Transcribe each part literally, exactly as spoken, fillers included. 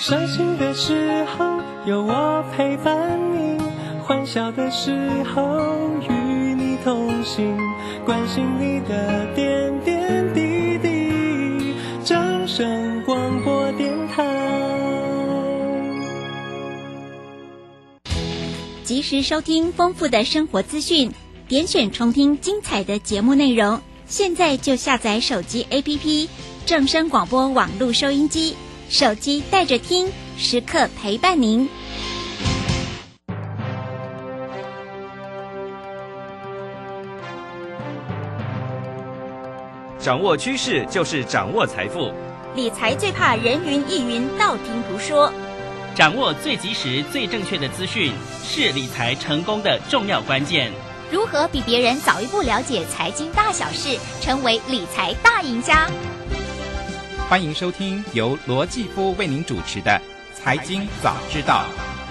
伤心的时候有我陪伴你，欢笑的时候与你同行，关心你的点点滴滴。正声广播电台， 及时收听丰富的生活资讯，点选重听精彩的节目内容。现在就下载手机 A P P 正声广播网络收音机，手机带着听，时刻陪伴您。 掌握趋势就是掌握财富， 理财最怕人云亦云，道听途说。 掌握最及时、最正确的资讯，是理财成功的重要关键。 如何比别人早一步了解财经大小事，成为理财大赢家？ 欢迎收听由罗继夫为您主持的《财经早知道》。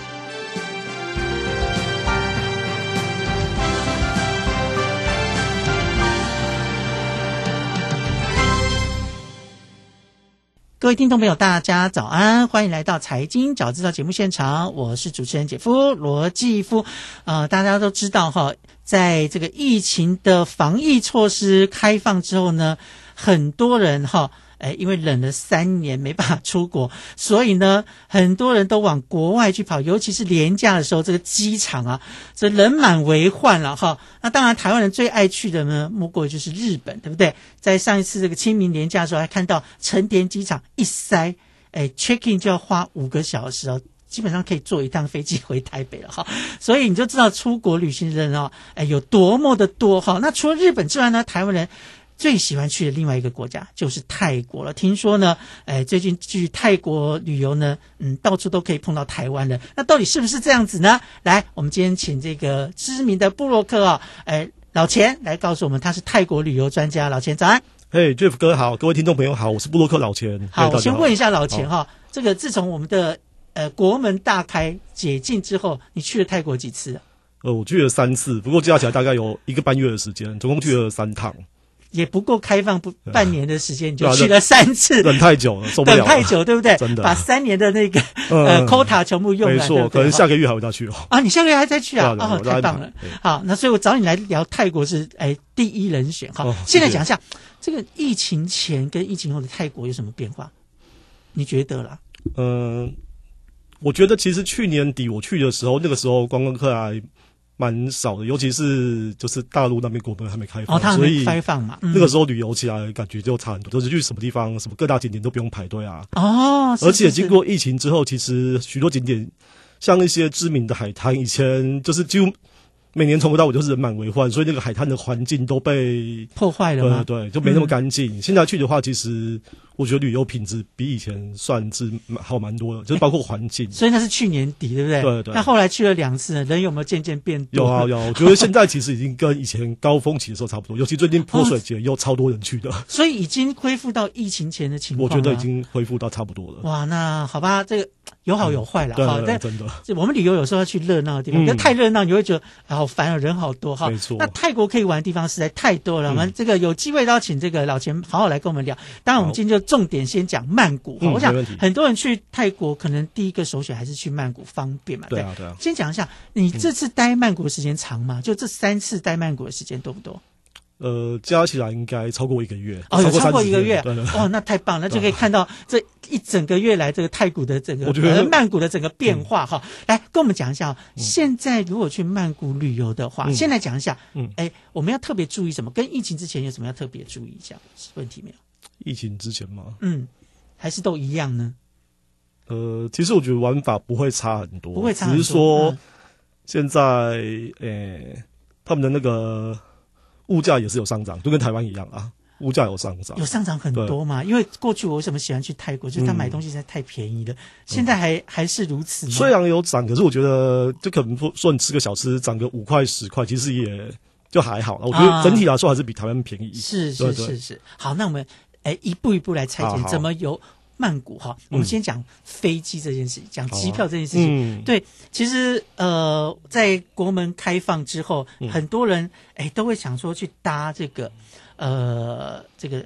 各位听众朋友大家早安，欢迎来到财经早知道节目现场，我是主持人姐夫罗继夫。呃，大家都知道哈，在这个疫情的防疫措施开放之后呢，很多人哈哎，因为忍了三年没办法出国，所以呢，很多人都往国外去跑，尤其是连假的时候，这个机场啊，这人满为患了哈。那当然，台湾人最爱去的呢，莫过于就是日本，对不对？在上一次这个清明连假的时候，还看到成田机场一塞，哎 ，check in 就要花五个小时哦。基本上可以坐一趟飞机回台北了哈，所以你就知道出国旅行的人哦，哎，有多么的多哈。那除了日本之外呢，台湾人最喜欢去的另外一个国家就是泰国了。听说呢，哎，最近去泰国旅游呢，嗯，到处都可以碰到台湾人。那到底是不是这样子呢？来，我们今天请这个知名的部落客啊、哦，哎，老钱来告诉我们，他是泰国旅游专家。老钱早安。 嘿、hey, ，Jeff 哥好，各位听众朋友好，我是部落客老钱。 好，我先问一下老钱哈，这个自从我们的呃国门大开解禁之后，你去了泰国几次啊？ 呃，我去了三次，不过加起来大概有一个半月的时间，总共去了三趟。 也不够开放不半年的时间，你就去了三次， 等太久了，受不了了， 等太久，对不对？ 真的， 把三年的那个、嗯、呃 quota 全部用完， 没错，可能下个月还会再去哦。 啊，你下个月还再去啊？ 哦， 太棒了。好，那所以我找你来聊泰国是哎第一人选哈。 哦、 现在讲一下这个疫情前跟疫情后的泰国有什么变化？你觉得啦？ 嗯、呃，我觉得其实去年底我去的时候，那个时候观光客还蛮少的，尤其是就是大陆那边国门还没开放， 哦，它还没开放嘛， 嗯、那个时候旅游起来感觉就差很多，就是去什么地方，什么各大景点都不用排队啊。 哦，是是是， 而且经过疫情之后，其实许多景点，像一些知名的海滩，以前就是几乎每年从头到尾就是人满为患，所以那个海滩的环境都被破坏了吗？ 对对，就没那么干净。嗯、现在去的话，其实我觉得旅游品质比以前算是好蛮多的，就是包括环境、欸。 所以那是去年底，对不对？ 对对。 那后来去了两次，人有没有渐渐变多？ 有啊有，我觉得现在其实已经跟以前高峰期的时候差不多，尤其最近泼水节又超多人去的。 所以已经恢复到疫情前的情况了。 我觉得已经恢复到差不多了。 哇，那好吧，这个有好有坏了哈、 嗯。对，真的。 我们旅游有时候要去热闹的地方，可、嗯、太热闹你会觉得好烦啊，人好多哈。 没错。 那泰国可以玩的地方实在太多了，嗯、我们这个有机会邀请这个老钱好好来跟我们聊。当然，我们今天就重点先讲曼谷。 嗯、 我想很多人去泰国，可能第一个首选还是去曼谷，方便嘛。 对啊，对啊。 先讲一下，你这次待曼谷的时间长吗？就这三次待曼谷的时间多不多？ 呃，加起来应该超过一个月。 哦，有超过一个月。 对对对。 哦，那太棒了，那就可以看到这一整个月来这个泰国的整个，我觉得曼谷的整个变化哈、嗯。来跟我们讲一下、哦嗯，现在如果去曼谷旅游的话，嗯、先来讲一下，嗯，哎，我们要特别注意什么？跟疫情之前有什么要特别注意一下？问题没有？ 疫情之前吗？ 嗯，还是都一样呢？ 呃，其实我觉得玩法不会差很多， 不会差很多， 只是说、 嗯、 现在，诶，他们的那个物价也是有上涨，就跟台湾一样啊，物价有上涨， 有上涨很多嘛。因为过去我为什么喜欢去泰国，就是他买东西实在太便宜了，嗯、现在还还是如此吗？ 虽然有涨，可是我觉得就可能说说你吃个小吃涨个五块十块，其实也就还好了。我觉得整体来说还是比台湾便宜。 是是是是。好，那我们诶一步一步来拆解，怎么由曼谷哈，我们先讲飞机这件事情，讲、嗯、机票这件事情、嗯。对，其实呃，在国门开放之后，嗯、很多人哎都会想说去搭这个呃这个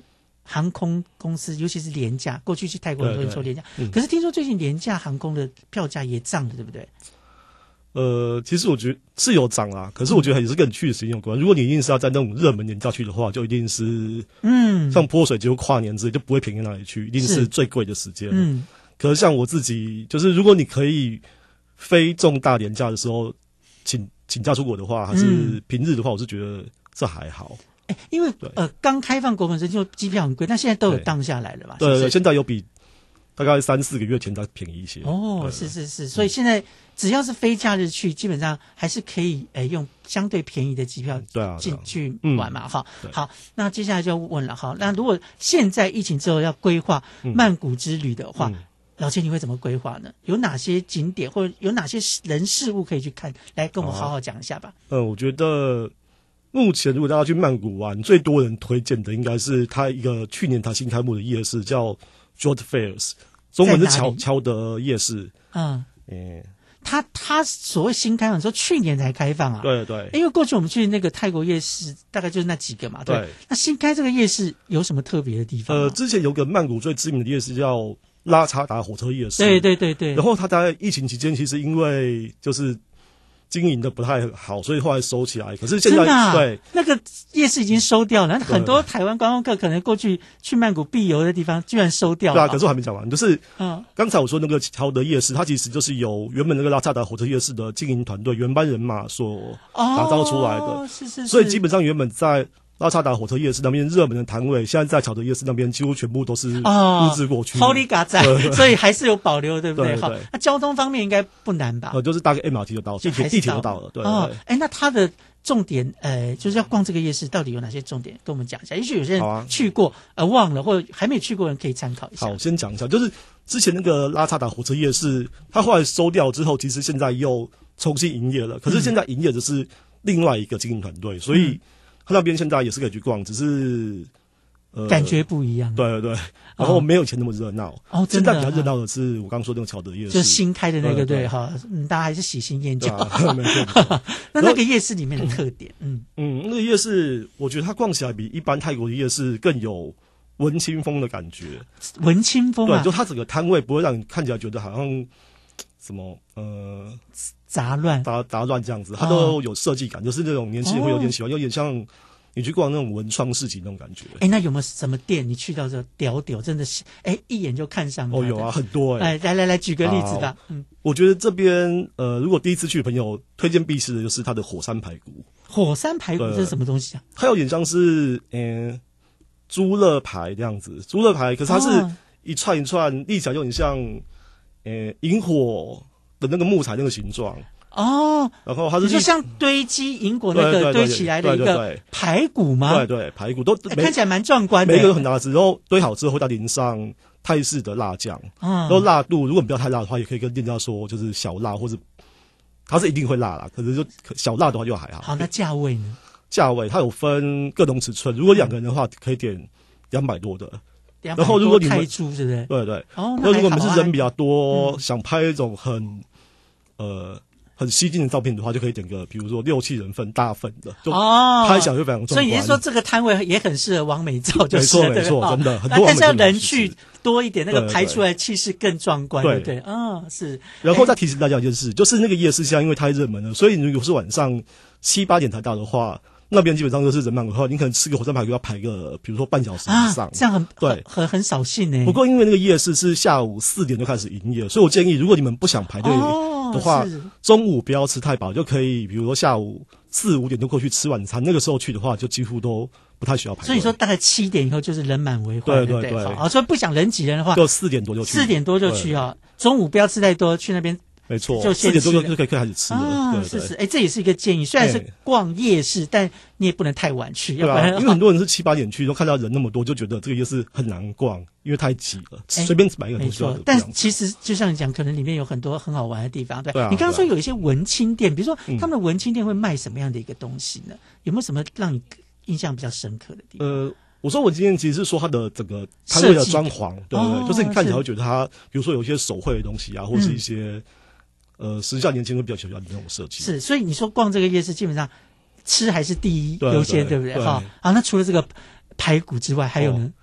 航空公司，尤其是廉价，过去去泰国很多人说廉价， 嗯、 可是听说最近廉价航空的票价也涨了，对不对？ 呃，其实我觉得是有涨啦，可是我觉得也是跟去的时间有关。如果你一定是要在那种热门年假去的话，就一定是嗯，像泼水节或跨年之类就不会便宜哪里去，一定是最贵的时间。嗯，可是像我自己，就是如果你可以非重大年假的时候请请假出国的话，还是平日的话，我是觉得这还好。 哎、欸，因为呃刚开放国门时就机票很贵，但现在都有降下来了吧？ 对对， 是是现在有比大概三四个月前才便宜一些。 哦，是是是，所以现在只要是非假日去，基本上还是可以诶、欸、用相对便宜的机票对啊进去玩嘛哈、 嗯。 好，那接下来就要问了哈，那如果现在疫情之后要规划曼谷之旅的话，嗯、老千你会怎么规划呢？有哪些景点或者有哪些人事物可以去看？来跟我们好好讲一下吧。 呃，我觉得目前如果大家去曼谷玩，最多人推荐的应该是它一个去年它新开幕的夜市，叫 Jewel Fairs。中文是乔乔德夜市，嗯， 欸、他他所谓新开放，说去年才开放啊， 对对， 因为过去我们去那个泰国夜市，大概就是那几个嘛，对。 对那新开这个夜市有什么特别的地方？ 呃，之前有个曼谷最知名的夜市叫拉查达火车夜市， 对对对对。 然后他在疫情期间，其实因为就是经营的不太好，所以后来收起来。可是现在、 啊、 对那个夜市已经收掉了，很多台湾观光客可能过去去曼谷必游的地方，居然收掉了。 对啊，可是我还没讲完，就是嗯，刚才我说那个乔德夜市，它其实就是由原本那个拉萨达火车夜市的经营团队原班人马所打造出来的， 哦、是是是。 所以基本上原本在拉萨达火车夜市那边热门的摊位，现在在乔德夜市那边几乎全部都是布置过去。 Holy God 在，所以还是有保留，对不对？ 对对。 那交通方面应该不难吧？ 呃，就是大概 M R T 就到，地铁地铁就到了。对。 哦，哎，那它的重点，呃，就是要逛这个夜市，到底有哪些重点？跟我们讲一下。也许有些人去过，啊、呃，忘了，或者还没去过的人可以参考一下。 好，先讲一下，就是之前那个拉萨达火车夜市，它后来收掉之后，其实现在又重新营业了。可是现在营业的是另外一个经营团队，所以。嗯他那边现在也是可以去逛，只是呃感觉不一样。 对对对，然后没有以前那么热闹。 哦，真的、 现在比较热闹的是我刚刚说那个乔德夜市， 就是新开的那个，对哈，嗯，大家还是喜新厌旧。 啊、没错。 那那个夜市里面的特点，嗯嗯，那个夜市我觉得它逛起来比一般泰国的夜市更有文青风的感觉。 文青风啊， 对，就它整个摊位不会让你看起来觉得好像什么呃。 杂乱杂杂乱这样子，它都有设计感、哦，就是那种年轻人会有点喜欢，有点像你去逛那种文创市集那种感觉。 哎、欸，那有没有什么店你去到这屌屌真的是哎、欸、一眼就看上？ 哦，有啊，很多哎、 欸。来来来，举个例子吧。嗯， 我觉得这边呃，如果第一次去的朋友推荐必吃的就是它的火山排骨。 火山排骨这是什么东西啊？ 它有点像是嗯、呃、猪肋排这样子，猪肋排，可是它是一串一串，立起来有点像呃萤火的那个木材那个形状哦， 然后它是就像堆积银果那个堆起来的一个排骨吗？ 对 对, 对, 对，排骨都、 欸、看起来蛮壮观的， 每一个都很大只，然后堆好之后会再淋上泰式的辣酱，嗯，然后辣度如果你不要太辣的话，也可以跟店家说就是小辣，或者它是一定会辣啦，可是就小辣的话就还好。 好，那价位呢？ 价位它有分各种尺寸，如果两个人的话可以点两百多的。 然后如果你们泰铢是不是？ 对对， 哦， 那如果我们是人比较多， 嗯、 想拍一种很呃很吸睛的照片的话，就可以点个比如说六七人份大份的，就拍起来就非常壮观。 所以你是说这个摊位也很适合网美照，就是没错没错，真的很多。 但是要人去多一点，那个拍出来气势更壮观，对不对？啊，是。 然后再提醒大家一件事，就是那个夜市现在因为太热门了，所以如果是晚上七八点才到的话。那边基本上都是人满为患，你可能吃个火山排骨要排个，比如说半小时以上， 啊、这样很对， 很很扫兴呢。 不过因为那个夜市是下午四点就开始营业，所以我建议，如果你们不想排队的话，哦、中午不要吃太饱，就可以，比如说下午四五点就过去吃晚餐，那个时候去的话，就几乎都不太需要排队。 所以说大概七点以后就是人满为患， 对对 对, 对。 啊，所以不想人挤人的话， 就四点多就去， 四点多就去啊，中午不要吃太多，去那边。 没错， 就四点多就就可以开始吃了。 啊， 对是是，哎，这也是一个建议。虽然是逛夜市，但你也不能太晚去，要不然、 啊、因为很多人是七八点去，都看到人那么多，就觉得这个夜市很难逛，因为太挤了，随便买一个东西。 但其实就像你讲，可能里面有很多很好玩的地方。对， 对啊、 你刚刚说有一些文青店，比如说他们的文青店会卖什么样的一个东西呢？嗯、有没有什么让你印象比较深刻的地方？ 呃。我说我今天其实是说它的整个摊位的装潢，对对对、哦，就是你看起来会觉得它，比如说有一些手绘的东西啊，或是一些、嗯、呃时下年轻人比较喜欢的那种设计。 是，所以你说逛这个夜市，基本上吃还是第一优先，对不对？ 哈， 好，那除了这个排骨之外，还有呢？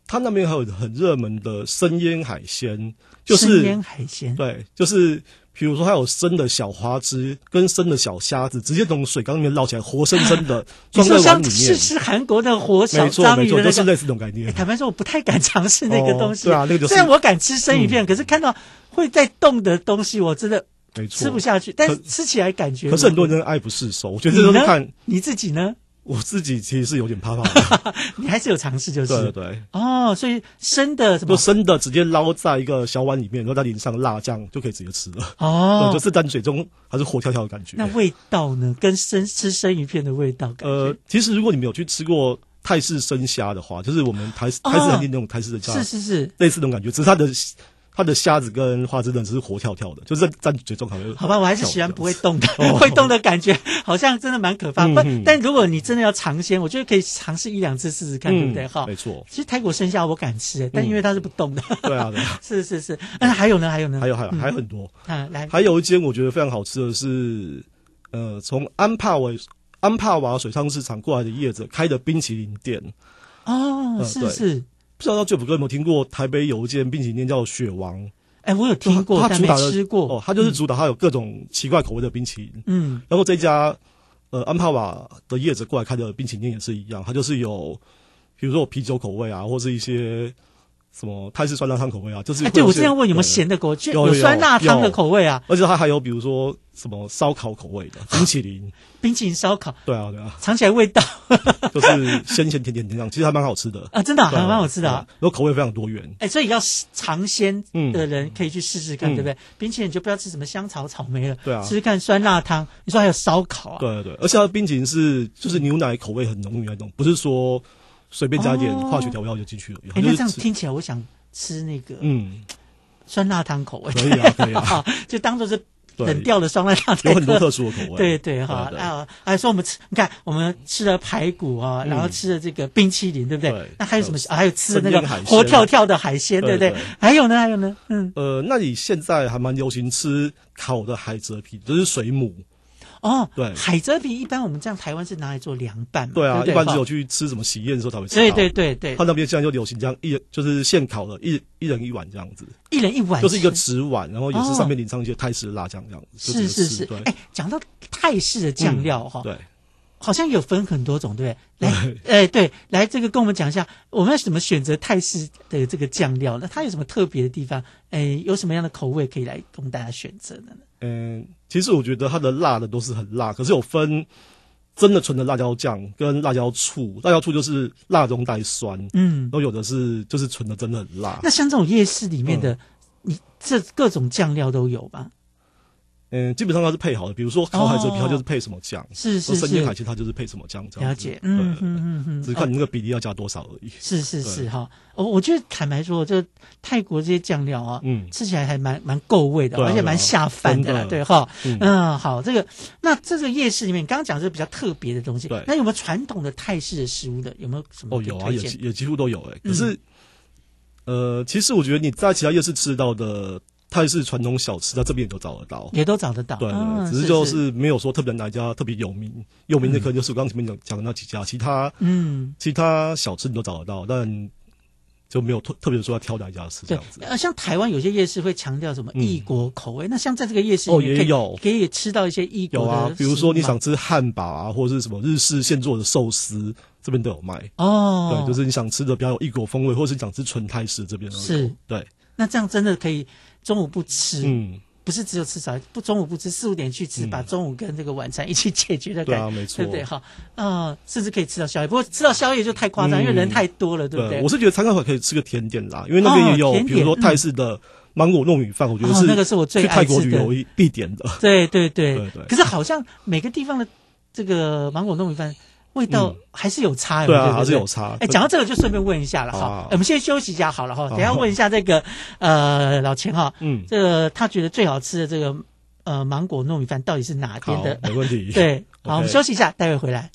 他那边还有很热门的生腌海鲜，就是生腌海鲜， 对，就是比如说还有生的小花枝跟生的小虾子，直接从水缸里面捞起来，活生生的装在碗里面。 是是韩国那个活小没错章鱼的那个， 没错，就是类似这种概念。 欸、坦白说，我不太敢尝试那个东西。 哦、对啊，那个就是。 虽然我敢吃生鱼片，嗯、可是看到会在动的东西，我真的没错吃不下去。但是吃起来感觉， 可是很多人爱不释手。我觉得这都是看你, 你自己呢。 我自己其实是有点怕怕的， 你还是有尝试就是。 对对对。 哦，所以生的什么？ 就生的直接捞在一个小碗里面，然后再淋上辣酱就可以直接吃了。 哦， 就是在水中还是活跳跳的感觉。 那味道呢？跟生吃生鱼片的味道感觉？ 呃，其实如果你没有去吃过泰式生虾的话，就是我们台泰式餐厅那种泰式的虾， 是是是， 类似那种感觉，只是它的。它的虾子跟花枝呢只是活跳跳的，就是在在嘴中还会。 好吧，我还是喜欢不会动的，哦、会动的感觉好像真的蛮可怕。不、嗯，但如果你真的要尝鲜，我觉得可以尝试一两次试试看，嗯、对不对？哈， 没错。 其实泰国生虾我敢吃、欸，但因为它是不动的。 嗯、对啊，对啊。 是是是。那还有呢？还有呢？ 还有还有、嗯、还有很多。 啊，来， 还有一间我觉得非常好吃的是，呃，从安帕瓦安帕瓦水上市场过来的业者开的冰淇淋店。 哦，呃、是是。 不知道Jeff哥有没有听过台北有一间冰淇淋店叫雪王？ 哎、欸，我有听过， 他主打的但没吃过哦，他就是主打，他有各种奇怪口味的冰淇淋。 嗯， 然后这家呃安帕瓦的业者过来开的冰淇淋也是一样，它就是有，比如说有啤酒口味啊，或是一些什么泰式酸辣汤口味啊，就是。哎、 欸，对我这样问有没有咸的口味？有, 有, 有酸辣汤的口味啊， 而且它还有比如说什么烧烤口味的冰淇淋。 冰淇淋烧烤， 对啊对啊， 尝起来味道就是鲜鲜甜甜这样，其实还蛮好吃的啊，真的、啊、还蛮好吃的啊， 然后口味非常多元。 哎、欸，所以要尝鲜的人可以去试试看，嗯、对不对？冰淇淋就不要吃什么香草草莓了， 对啊， 试试看酸辣汤。你说还有烧烤啊？ 对对对，而且它的冰淇淋是就是牛奶口味很浓郁那种，不是说随便加一点化学调味料就进去了。 哎、哦欸，那这样听起来我想吃那个嗯酸辣汤口味， 可以啊可以啊， 就当做是。冷掉的酸辣汤有很多特殊的口味， 对对哈啊！还说我们吃，你看我们吃了排骨啊，嗯、然后吃了这个冰淇淋，对不对？ 对那还有什么？啊、还有吃那个活跳跳的海鲜，对不对？还有呢？还有呢？嗯呃，那你现在还蛮流行吃烤的海蜇皮，就是水母。 哦， 对， 海蜇皮一般我们这样台湾是拿来做凉拌嘛， 对啊， 对对一般只有去吃什么喜宴的时候才会吃到。 对对对对， 他那边现在就流行这样一就是现烤的，一一人一碗这样子， 一人一碗， 就是一个纸碗，然后也是上面淋上一些泰式的辣酱这样子。 是是是，哎，讲到泰式的酱料哈、嗯， 对。 好像有分很多种，对不对？来，哎、欸，对，来这个跟我们讲一下，我们要怎么选择泰式的这个酱料？那它有什么特别的地方？哎、欸，有什么样的口味可以来供大家选择的呢？ 嗯，其实我觉得它的辣的都是很辣，可是有分真的纯的辣椒酱跟辣椒醋。辣椒醋就是辣中带酸，嗯，然后有的是就是纯的真的很辣。 那像这种夜市里面的，嗯、你这各种酱料都有吧？ 嗯，基本上它是配好的，比如说烤海蜇皮，它就是配什么酱； 是是是， 生腌海鲜它就是配什么酱。 了解，嗯嗯嗯嗯， 只是看你那个比例要加多少而已。 是是是哈，我我觉得坦白说，就泰国这些酱料啊，嗯，吃起来还蛮蛮够味的，而且蛮下饭的啦，对哈。嗯，好，这个那这个夜市里面，你刚刚讲是比较特别的东西， 对， 那有没有传统的泰式的食物的？有没有什么？ 哦，有啊，也也几乎都有哎。可是，呃，其实我觉得你在其他夜市吃到的。泰式传统小吃在这边也都找得到， 也都找得到。 对，啊、只是就是没有说特别哪一家特别有名，有名的可能就是我刚刚前面讲讲的那几家，其他嗯，其他小吃你都找得到，但就没有特特别说要挑哪一家吃这样子。 呃，像台湾有些夜市会强调什么异国口味，嗯、那像在这个夜市里面哦也有可以吃到一些异国的， 有啊，比如说你想吃汉堡啊，或者是什么日式现做的寿司，这边都有卖哦。对，就是你想吃的比较有异国风味，或者是想吃纯泰式这边都有。 是， 对。 那这样真的可以中午不吃， 嗯， 不是只有吃早不中午不吃，四五点去吃，嗯、把中午跟这个晚餐一起解决的感觉， 对啊，没错， 对不对？哈，呃，甚至可以吃到宵夜，不过吃到宵夜就太夸张，嗯、因为人太多了，对不对？ 对我是觉得参考可以吃个甜点啦，因为那边也有，哦、比如说泰式的芒果糯米饭，嗯、我觉得是、 哦、那个是我最爱吃的， 去泰国旅游必点的。 对对对对对。 可是好像每个地方的这个芒果糯米饭。味道还是有差， 嗯、对啊，还是有差。 哎，讲到这个就顺便问一下了哈，啊、我们先休息一下好了哈，等一下问一下这个呃老钱哈，嗯，这个他觉得最好吃的这个呃芒果糯米饭到底是哪边的？ 没问题。 对，好， okay. 我们休息一下，待会回来。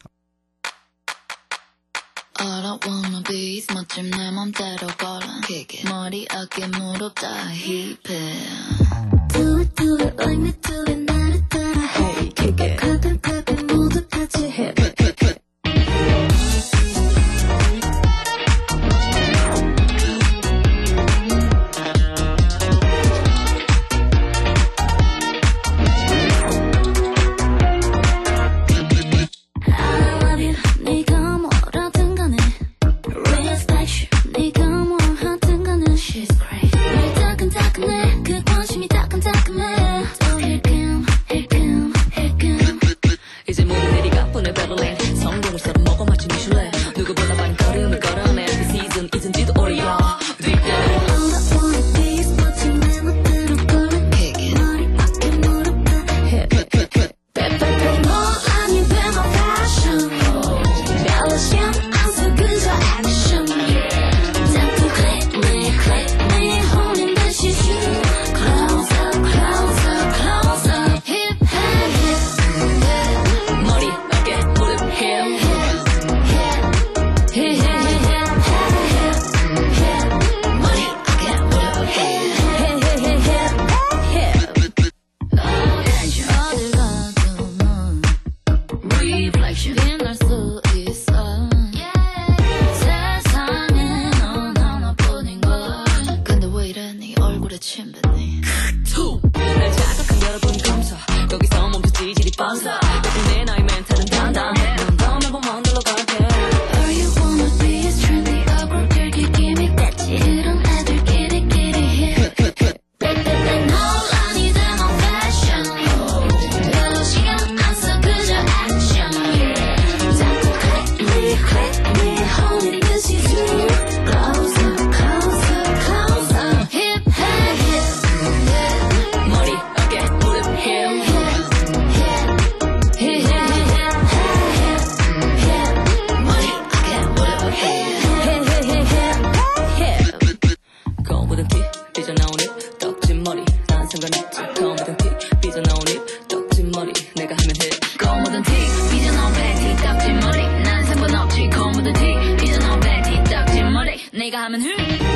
他们。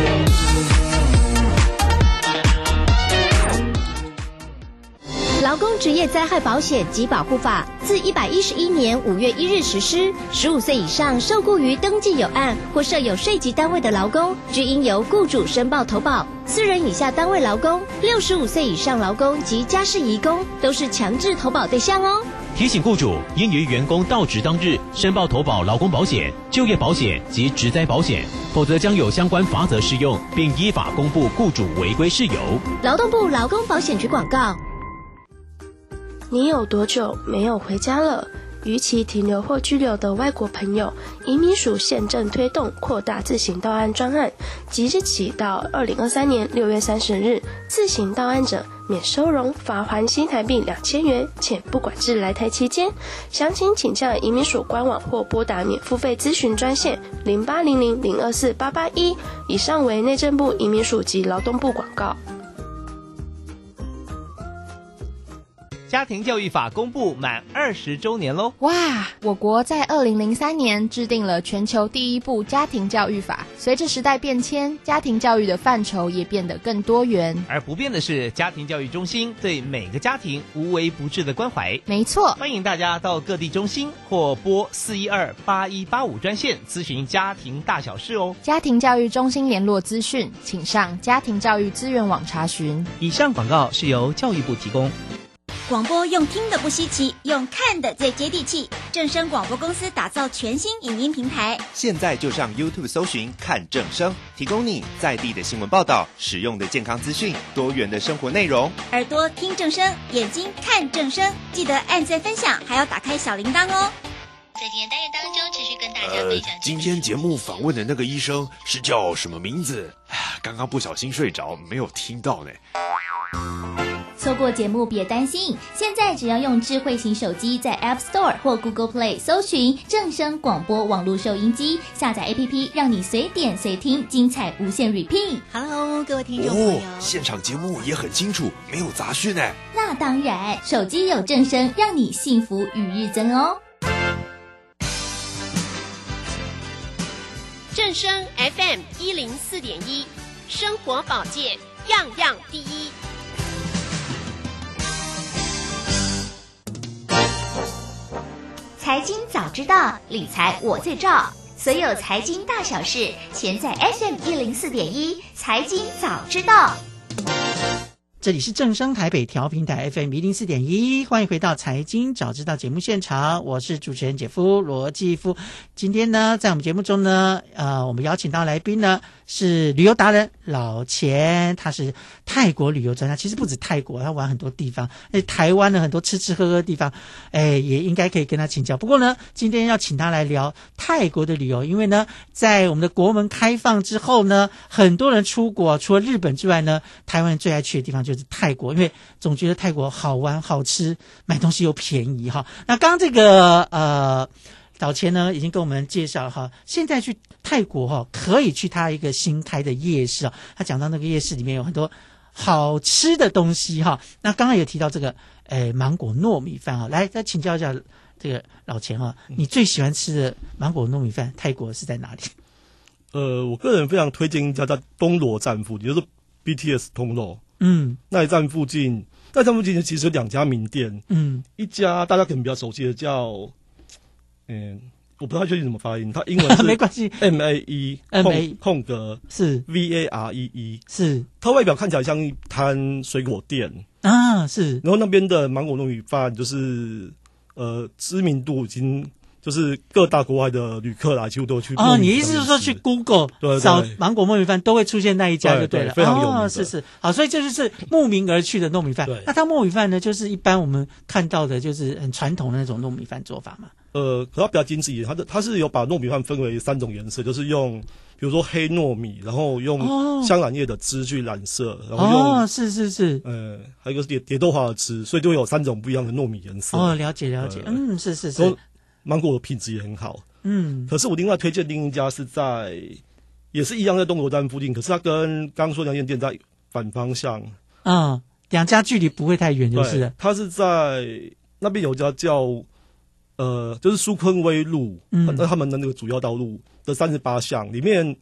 劳工职业灾害保险及保护法自一百一十一年五月一日实施，十五岁以上受雇于登记有案或设有税籍单位的劳工，均应由雇主申报投保。四人以下单位劳工、六十五岁以上劳工及家事移工都是强制投保对象哦。 提醒雇主应于员工到职当日申报投保劳工保险、就业保险及职灾保险，否则将有相关罚则适用，并依法公布雇主违规事由。 劳动部劳工保险局广告。 你有多久没有回家了？逾期停留或居留的外国朋友，移民署现正推动扩大自行到案专案，即日起到二零二三年六月三十日，自行到案者免收容，罚还新台币两千元，且不管至来台期间。详情请向移民署官网或拨打免付费咨询专线零八零零零二四八八一。以上为内政部移民署及劳动部广告。 家庭教育法公布满二十周年喽！ 哇，我国在二零零三年制定了全球第一部家庭教育法。随着时代变迁，家庭教育的范畴也变得更多元。 而不变的是，家庭教育中心对每个家庭无微不至的关怀。 没错， 欢迎大家到各地中心或拨四一二八一八五专线咨询家庭大小事哦。 家庭教育中心联络资讯，请上家庭教育资源网查询。 以上广告是由教育部提供。 广播用听的不稀奇，用看的最接地气。正声广播公司打造全新影音平台， 现在就上 YouTube 搜寻看正声，提供你在地的新闻报道、实用的健康资讯、多元的生活内容。 耳朵听正声，眼睛看正声，记得按赞分享，还要打开小铃铛哦。 在今天单元当中，持续跟大家分享、 呃。今天节目访问的那个医生是叫什么名字？刚刚不小心睡着，没有听到呢。 错过节目别担心，现在只要用智慧型手机在 App Store 或 Google Play 搜寻正声广播网络收音机，下载 A P P 让你随点随听，精彩无限 repeat。 Hello 各位听众朋友、 哦、现场节目也很清楚，没有杂讯耶。 那当然，手机有正声，让你幸福与日增哦。 正声 F M 一零四点一，生活保健样样第一。 财经早知道，理财我最照。所有财经大小事，全在 F M 一零四点一，财经早知道。 这里是正声台北调频台 F M 一零四点一，欢迎回到财经早知道节目现场，我是主持人姐夫罗继夫。今天呢，在我们节目中呢，呃，我们邀请到来宾呢是旅游达人老钱，他是泰国旅游专家。其实不止泰国，他玩很多地方，哎，台湾的很多吃吃喝喝的地方，哎，也应该可以跟他请教。不过呢，今天要请他来聊泰国的旅游，因为呢，在我们的国门开放之后呢，很多人出国，除了日本之外呢，台湾人最爱去的地方就是泰国，因为总觉得泰国好玩、好吃，买东西又便宜哈。那刚刚这个呃。老钱呢已经跟我们介绍哈，现在去泰国哈可以去他一个新开的夜市啊，他讲到那个夜市里面有很多好吃的东西哈。那刚刚有提到这个诶芒果糯米饭啊，来再请教一下这个老钱哈，你最喜欢吃的芒果糯米饭泰国是在哪里？ 呃，我个人非常推荐一家在东罗站附近，就是 B T S 通罗， 嗯， 那一站附近，那一站附近其实有两家名店， 嗯，一家大家可能比较熟悉的叫。嗯，我不太确定怎么发音，它英文是没关系 ，M A E 空空格是 V A R E E 是， 它外表看起来像一摊水果店啊，是， 然后那边的芒果糯米饭就是呃知名度已经就是各大国外的旅客来几乎都去哦，你意思是说去 Google 找芒果糯米饭都会出现那一家就对了， 对对非常有名的哦，是是，好，所以这就是慕名而去的糯米饭。那它糯米饭呢，就是一般我们看到的就是很传统的那种糯米饭做法嘛。 呃，可它比较精致一点，它的它是有把糯米饭分为三种颜色，就是用比如说黑糯米，然后用香兰叶的汁去染色，然后用哦，是是是， 呃，还有一个是蝶蝶豆花的汁，所以就有三种不一样的糯米颜色。 哦，了解了解，呃、嗯，是是是。 芒果的品质也很好， 嗯。 可是我另外推荐另一家是在，也是一样在东罗站附近，可是它跟刚刚说那间店在反方向。 嗯，两家距离不会太远就是了。 它是在那边有一家叫。呃，就是苏坤威路， 嗯， 那他们的那个主要道路的三十八巷里面，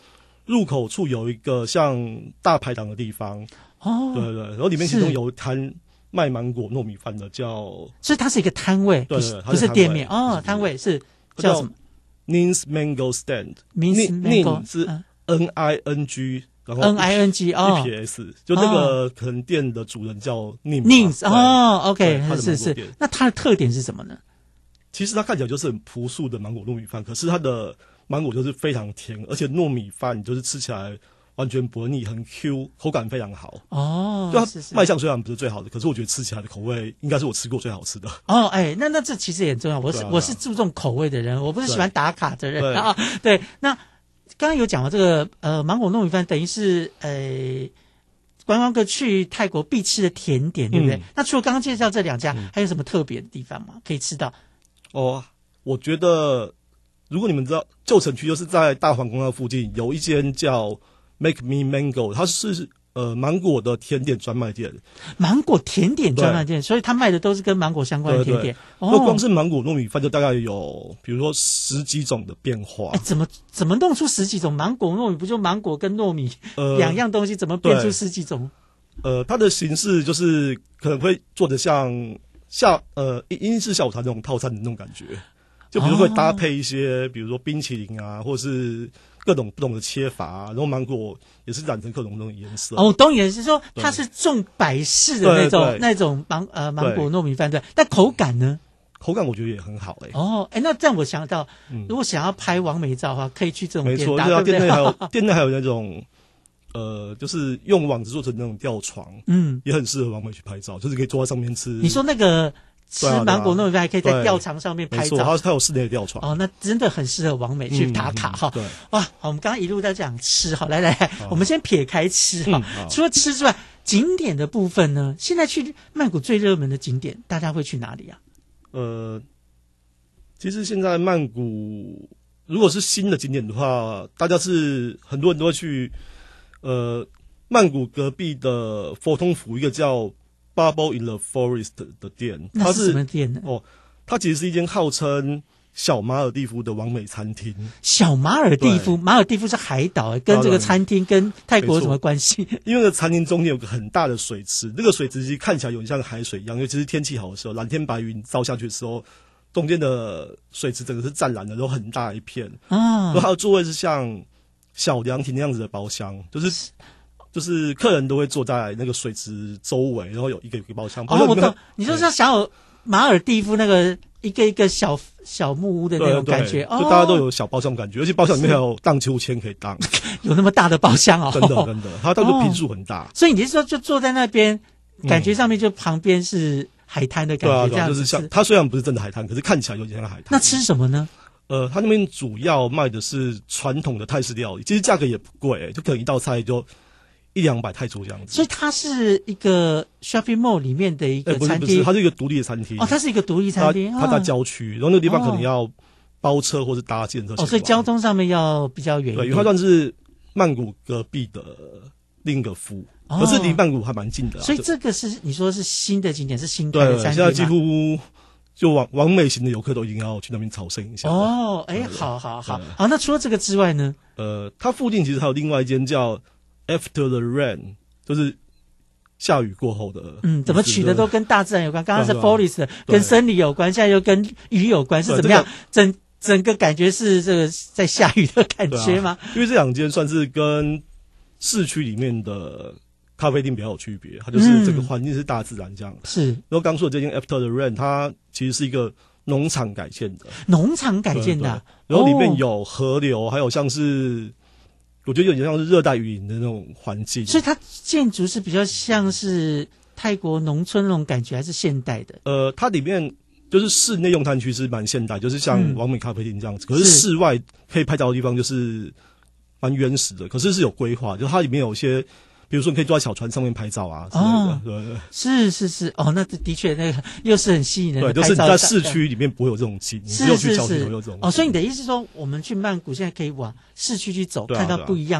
入口处有一个像大排档的地方， 哦， 对对，然后里面其中有摊卖芒果糯米饭的叫， 所以它是一个摊位， 对对， 不是店面哦，摊位是叫什么 ？Ning's Mango Stand，Ning's Mango 是 N I N G。然后 N I N G 哦 ，E P S 就那个可能店的主人叫 Ning Ning 哦 ，OK， 是是是。那它的特点是什么呢？ 其实它看起来就是很朴素的芒果糯米饭，可是它的芒果就是非常甜，而且糯米饭就是吃起来完全不会腻，很 Q， 口感非常好。 哦， 就它卖相虽然不是最好的，可是我觉得吃起来的口味应该是我吃过最好吃的。 哦，哎，那那这其实也很重要。我是、啊、我是注重口味的人，我不是喜欢打卡的人啊。对，那。刚刚有讲到这个呃芒果糯米饭，等于是呃观光客去泰国必吃的甜点，对不对？嗯、那除了刚刚介绍这两家，嗯、还有什么特别的地方吗？可以吃到？ 哦，我觉得如果你们知道旧城区，就是在大皇宫那附近有一间叫 Make Me Mango， 它是呃芒果的甜点专卖店。 芒果甜点专卖店，所以它卖的都是跟芒果相关的甜点。 那、哦、光是芒果糯米饭就大概有，比如说十几种的变化。 哎，怎么怎么弄出十几种芒果糯米？不就芒果跟糯米两、呃、样东西，怎么变出十几种？ 呃，它的形式就是可能会做得像下呃英式下午茶那种套餐的那种感觉，就比如会搭配一些，哦、比如说冰淇淋啊，或是各种不同的切法啊，然后芒果也是染成各种不同的颜色。 哦，懂也是说它是重百式的那种那种芒呃芒果糯米饭，对，但口感呢？ 口感我觉得也很好哎、欸。 哦，哎，那这样我想到，嗯、如果想要拍完美照的话，可以去这种店。 没错，对啊，店内还有店内还有那种。呃，就是用网子做成那种吊床，嗯，也很适合完美去拍照，就是可以坐在上面吃。 你说那个吃芒果糯米饭还可以在吊床上面拍照， 没错，它它有室内的吊床。 哦，那真的很适合完美去打卡哈、嗯嗯。对，哇，好，我们刚刚一路在讲吃，好，来来，我们先撇开吃哈、嗯，除了吃之外，景点的部分呢，现在去曼谷最热门的景点，大家会去哪里啊？ 呃，其实现在曼谷如果是新的景点的话，大家是很多人都会去。呃，曼谷隔壁的佛通府一个叫 Bubble in the Forest 的店， 那是什么店呢？ 哦，它其实是一间号称小马尔地夫的完美餐厅。 小马尔地夫，马尔地夫是海岛，跟这个餐厅跟泰国有什么关系？ 因为那个餐厅中间有个很大的水池，那个水池其实看起来有点像海水一样，尤其是天气好的时候，蓝天白云照下去的时候，中间的水池整个是湛蓝的，然后很大一片。啊，然后它的座位是像小凉亭那样子的包厢，就是就是客人都会坐在那个水池周围，然后有一个一个包厢。 哦，我懂，你说像小马尔地夫那个一个一个小小木屋的那种感觉， 哦，就大家都有小包厢感觉，而且包厢里面还有荡秋千可以荡， 有那么大的包厢哦， 真的真的，它当时坪数很大，哦， 所以你是说就坐在那边，感觉上面就旁边是海滩的感觉， 嗯， 这样子就是像它虽然不是真的海滩，可是看起来有点像海滩。 那吃什么呢？ 呃，他那边主要卖的是传统的泰式料理，其实价格也不贵，欸，就可能一道菜就一两百泰铢这样子。 所以它是一个 shopping mall 里面的一个餐厅，欸， 不是不是，它是一个独立的餐厅。 哦，它是一个独立餐厅， 它在郊区，然后那个地方可能要包车或是搭建车。 哦，所以交通上面要比较远一点。 对，因为它算是曼谷隔壁的另一个府，哦，可是离曼谷还蛮近的，啊。 所以这个是你说是新的景点，是新开的餐厅吗？ 对，现在几乎。就完完美型的游客都一定要去那边朝圣一下。 哦，哎，好好好，好。那除了这个之外呢？ 呃，它附近其实还有另外一间叫 After the Rain， 就是下雨过后的。 嗯，怎么取的都跟大自然有关。刚刚是 forest， 跟森林有关，现在又跟雨有关，是怎么样？整整个感觉是这个在下雨的感觉吗？ 啊，因为这两间算是跟市区里面的咖啡厅比较有区别，它就是整个环境是大自然这样。 是。 然后刚说的这间 After the Rain， 它其实是一个农场改建的。 农场改建的，啊。 然后里面有河流，哦，还有像是我觉得有点像是热带雨林的那种环境。 所以它建筑是比较像是泰国农村那种感觉，还是现代的？ 呃，它里面就是室内用餐区是蛮现代，就是像完美咖啡厅这样子。嗯，可是室外可以拍照的地方就是蛮原始的，可是是有规划，就它里面有一些。比如说，你可以坐在小船上面拍照啊之类的， 哦， 对对， 是是是，哦，那的确那个又是很吸引人的对，就是你在市区里面不会有这种景，你只有去郊区有这种。 哦，所以你的意思是说，我们去曼谷现在可以往市区去走，啊，看到不一样的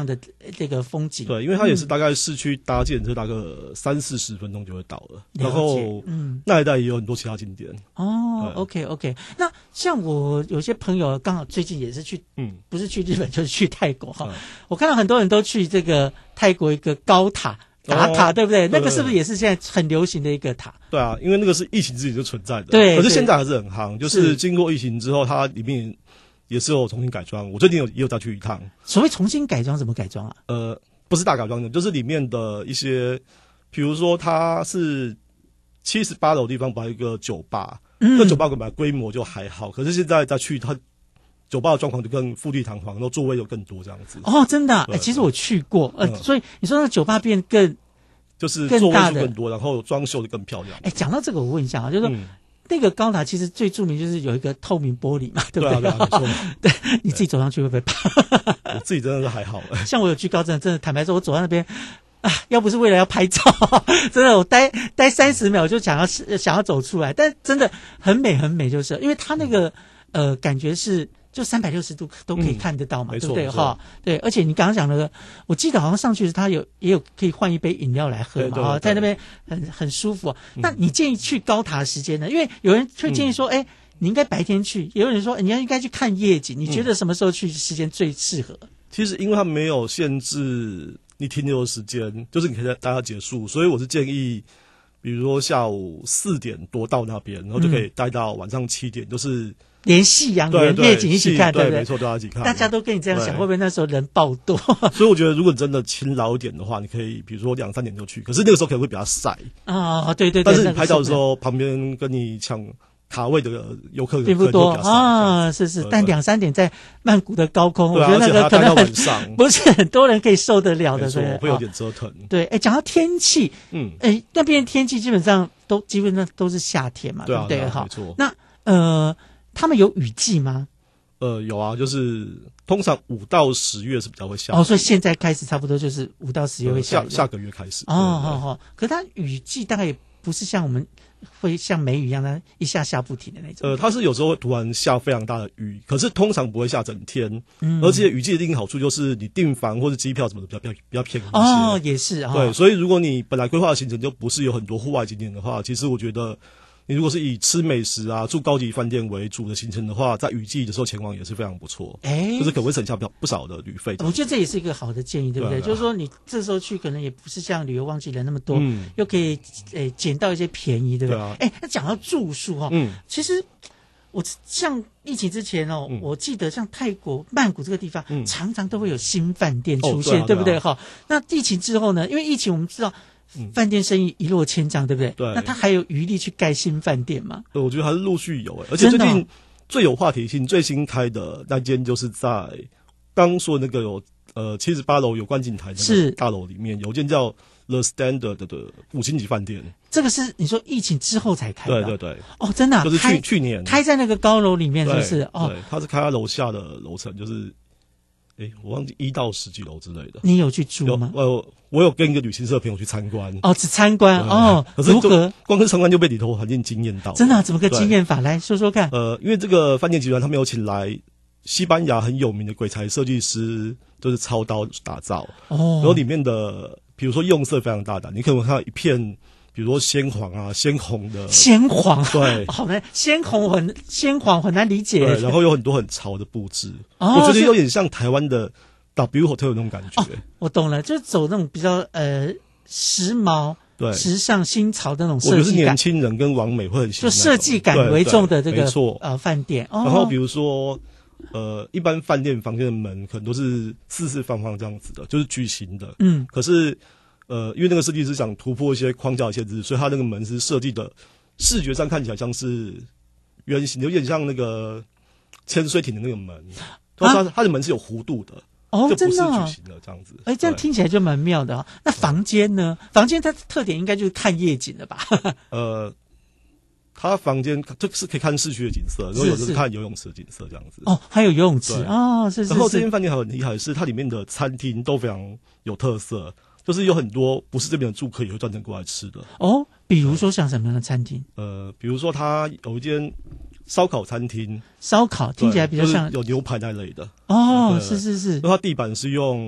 这个风景。 对，因为它也是大概市区搭建车大概三四十分钟就会到了， 了解然后嗯那一带也有很多其他景点。 哦 ，OK OK， 那像我有些朋友刚好最近也是去， 嗯， 不是去日本就是去泰国哈、 嗯， 我看到很多人都去这个泰国一个高塔打卡， 哦对不对？ 对那个是不是也是现在很流行的一个塔？ 对啊，因为那个是疫情之前就存在的， 对对可是现在还是很夯，就是经过疫情之后，它里面也是有重新改装。我最近有也有再去一趟。 所谓重新改装，怎么改装啊？ 呃，不是大改装的，就是里面的一些，比如说它是七十八楼的地方，把一个酒吧， 嗯那酒吧本来规模就还好，可是现在再去它酒吧的状况就更富丽堂皇，然后座位又更多这样子。 哦，真的、啊，哎、 对其实我去过，呃， 嗯所以你说那酒吧变更就是座位更大的数更多，然后装修的更漂亮。 哎，讲到这个，我问一下啊，就是说、 嗯那个高塔其实最著名就是有一个透明玻璃嘛，对不对？ 对啊，对啊，没错。 对，你自己走上去会不会怕？ 我自己真的是还好。 像我有去高真的，真的坦白说，我走到那边啊，要不是为了要拍照，真的我待待三十秒就想要想要走出来，但真的很美很美，就是因为它那个呃感觉是。就三百六十度都可以看得到嘛， 嗯、 对不对哈？对，而且你刚刚讲那个，我记得好像上去他有也有可以换一杯饮料来喝嘛，啊，在那边很很舒服、啊嗯。那你建议去高塔时间呢？因为有人会建议说，哎、嗯，你应该白天去；也有人说，你要应该去看夜景。你觉得什么时候去时间最适合？嗯、 其实因为它没有限制你停留的时间，就是你可以待到结束，所以我是建议，比如说下午四点多到那边，然后就可以待到晚上七点，就是。 连夕阳连夜景一起看，对不对？ 没错，都要一起看。 大家都跟你这样想，会不会那时候人爆多？ 所以我觉得，如果你真的勤劳一点的话，你可以比如说两三点就去。可是那个时候可能会比较晒啊、哦，对对对。 但是你拍照的时候，旁边跟你抢卡位的游客并不多啊，是是。但两三点在曼谷的高空，我觉得那个可能很不是很多人可以受得了的，对， 会有点折腾。 对，哎，讲到天气， 嗯， 哎，那边天气基本上都基本上都是夏天嘛，对不对？哈， 没错。 那呃。他们有雨季吗？ 呃，有啊，就是通常五到十月是比较会下。 哦，所以现在开始差不多就是五到十月会下、 呃。下下个月开始。 哦，好好。可是它雨季大概也不是像我们会像梅雨一样，它一下下不停的那种。 呃，它是有时候会突然下非常大的雨，可是通常不会下整天。 嗯。 而且雨季的另一个好处就是你订房或者机票什么的比较比较比较便宜一些。 哦，也是啊。 哦、对，所以如果你本来规划的行程就不是有很多户外景点的话，其实我觉得。你如果是以吃美食啊、住高级饭店为主的行程的话，在雨季的时候前往也是非常不错， 哎， 就是可能会省下不不少的旅费。 我觉得这也是一个好的建议，对不对？ 对啊、 就是说你这时候去可能也不是像旅游旺季人那么多， 嗯、 又可以诶捡到一些便宜，对不对？哎、啊，那讲到住宿哈、哦， 嗯， 其实我像疫情之前哦，嗯、我记得像泰国曼谷这个地方，嗯、常常都会有新饭店出现， 哦对啊、 对不对？哈、啊，那疫情之后呢？因为疫情我们知道。饭店生意一落千丈，对不对？ 对。 那他还有余力去盖新饭店吗？ 呃，我觉得还是陆续有诶，而且最近最有话题性、最新开的那间，就是在刚说那个有呃七十八楼有观景台那个大楼里面，有一间叫 The Standard 的五星级饭店。 这个是你说疫情之后才开的？ 对对对。 哦，真的、啊， 就是去去年开在那个高楼里面，是不是？哦， 对，它是开在楼下的楼层，就是。哎，我忘记一到十几楼之类的。 你有去住吗？ 呃，我有跟一个旅行社朋友去参观。 哦，只参观哦。 可是如何？ 光是参观就被里头环境惊艳到。 真的、啊？怎么个惊艳法？来说说看。 呃，因为这个饭店集团他们有请来西班牙很有名的鬼才设计师，就是操刀打造。 哦。 然后里面的，比如说用色非常大胆，你可能看到一片。比如说鲜黄啊，鲜红的鲜黄， 对， 好难，鲜红很鲜黄很难理解。 对，然后有很多很潮的布置， 哦、 我觉得有点像台湾的 W Hotel 那种感觉。 哦、我懂了，就是走那种比较呃时髦、 对时尚、新潮的那种设计感。 我觉得是年轻人跟网美会很喜欢， 就设计感为重的这个没错呃饭店。哦、 然后比如说呃，一般饭店房间的门可能都是四四方方这样子的，就是矩形的。 嗯， 可是。呃，因为那个设计师想突破一些框架的限制，所以他那个门是设计的，视觉上看起来像是圆形，有点像那个潜水艇的那个门。啊，它它的门是有弧度的， 哦， 就不是真的、哦、 矩形的这样子。 哎，这样听起来就蛮妙的啊、哦。那房间呢？房间它的特点应该就是看夜景了吧？ 呃，它房间就是可以看市区的景色，然后有时候看游泳池的景色这样子。 哦，还有游泳池哦，是是是。 然后这间饭店还很厉害的是，它里面的餐厅都非常有特色。就是有很多不是这边的住客也会专程过来吃的哦，比如说像什么样的餐厅？ 呃，比如说它有一间烧烤餐厅， 烧烤听起来比较像、 就是、有牛排那类的哦，是是是。 那它地板是用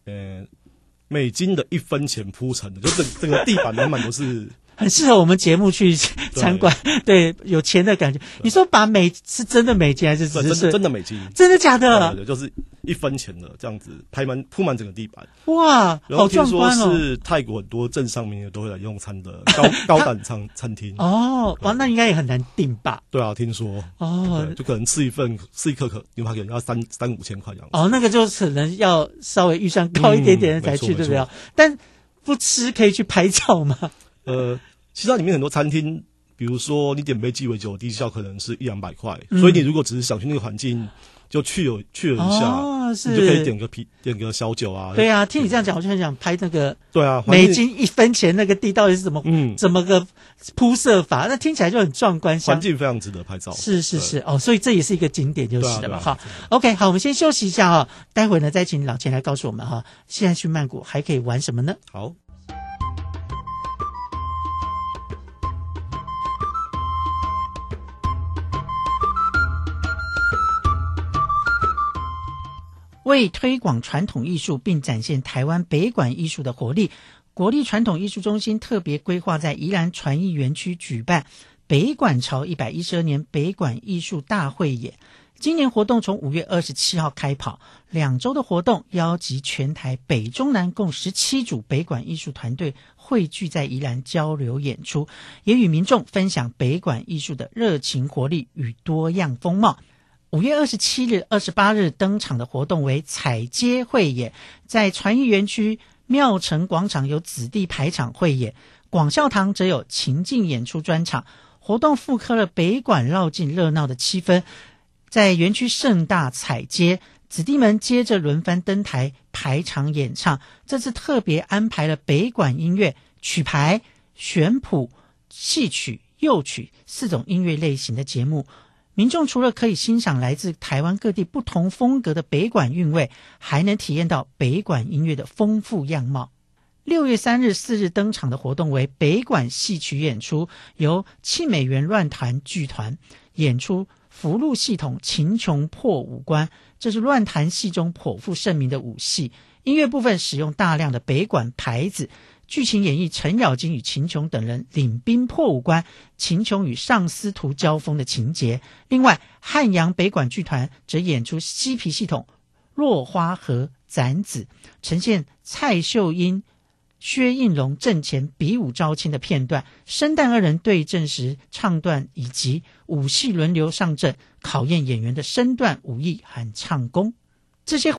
呃美金的一分钱铺成的，就整整个地板满满都是。 很适合我们节目去参观，对，对，有钱的感觉。你说把美是真的美金还是只是真的真的美金？ 真的假的？ 对对对，就是一分钱的这样子，排满铺满整个地板。 哇，好壮观哦！ 听说是泰国很多政上名流都会来用餐的高高档餐餐厅。 哦，哇，那应该也很难订吧？ 对啊，听说。哦，就可能吃一份吃一颗可牛排可能要三三五千块这样子。 哦，那个就可能要稍微预算高一点点的才去，嗯、对不对？但不吃可以去拍照吗？ 呃，其实它里面很多餐厅，比如说你点杯鸡尾酒，低消可能是一两百块，嗯、所以你如果只是想去那个环境，就去了去了一下，哦、是你就可以点个啤点个小酒啊。 对啊，听你这样讲，我就很想拍那个。 对啊， 美金一分钱那个地到底是怎么嗯怎么个铺设法？那听起来就很壮观， 环境非常值得拍照。 是是是哦，所以这也是一个景点就是了嘛。好 ，OK， 好，我们先休息一下哈、哦，待会呢再请老钱来告诉我们哈，现在去曼谷还可以玩什么呢？ 好。 为推广传统艺术并展现台湾北管艺术的活力，国立传统艺术中心特别规划在宜兰传艺园区举办北管潮一百一十二年北管艺术大汇演。今年活动从五月二十七号开跑，两周的活动邀集全台北中南共十七组北管艺术团队汇聚在宜兰交流演出，也与民众分享北管艺术的热情活力与多样风貌。五月二十七日、二十八日登场的活动为踩街汇演，在传艺园区庙城广场有子弟排场汇演，广孝堂则有情境演出专场。活动复刻了北管绕境热闹的气氛，在园区盛大踩街，子弟们接着轮番登台排场演唱。这次特别安排了北管音乐、曲牌、旋谱、戏曲、幼曲四种音乐类型的节目。民众除了可以欣赏来自台湾各地不同风格的北管韵味，还能体验到北管音乐的丰富样貌。六月三日、四日登场的活动为北管戏曲演出，由庆美园乱弹剧团演出福禄系统秦琼破五关，这是乱弹戏中颇负盛名的武戏。音乐部分使用大量的北管牌子，剧情演绎程咬金与秦琼等人领兵破五关，秦琼与上司徒交锋的情节。另外，汉阳北管剧团则演出西皮系统落花和斩子，呈现蔡秀英、薛应龙阵前比武招亲的片段，生旦二人对阵时唱段以及武戏轮流上阵，考验演员的身段武艺和唱功。这些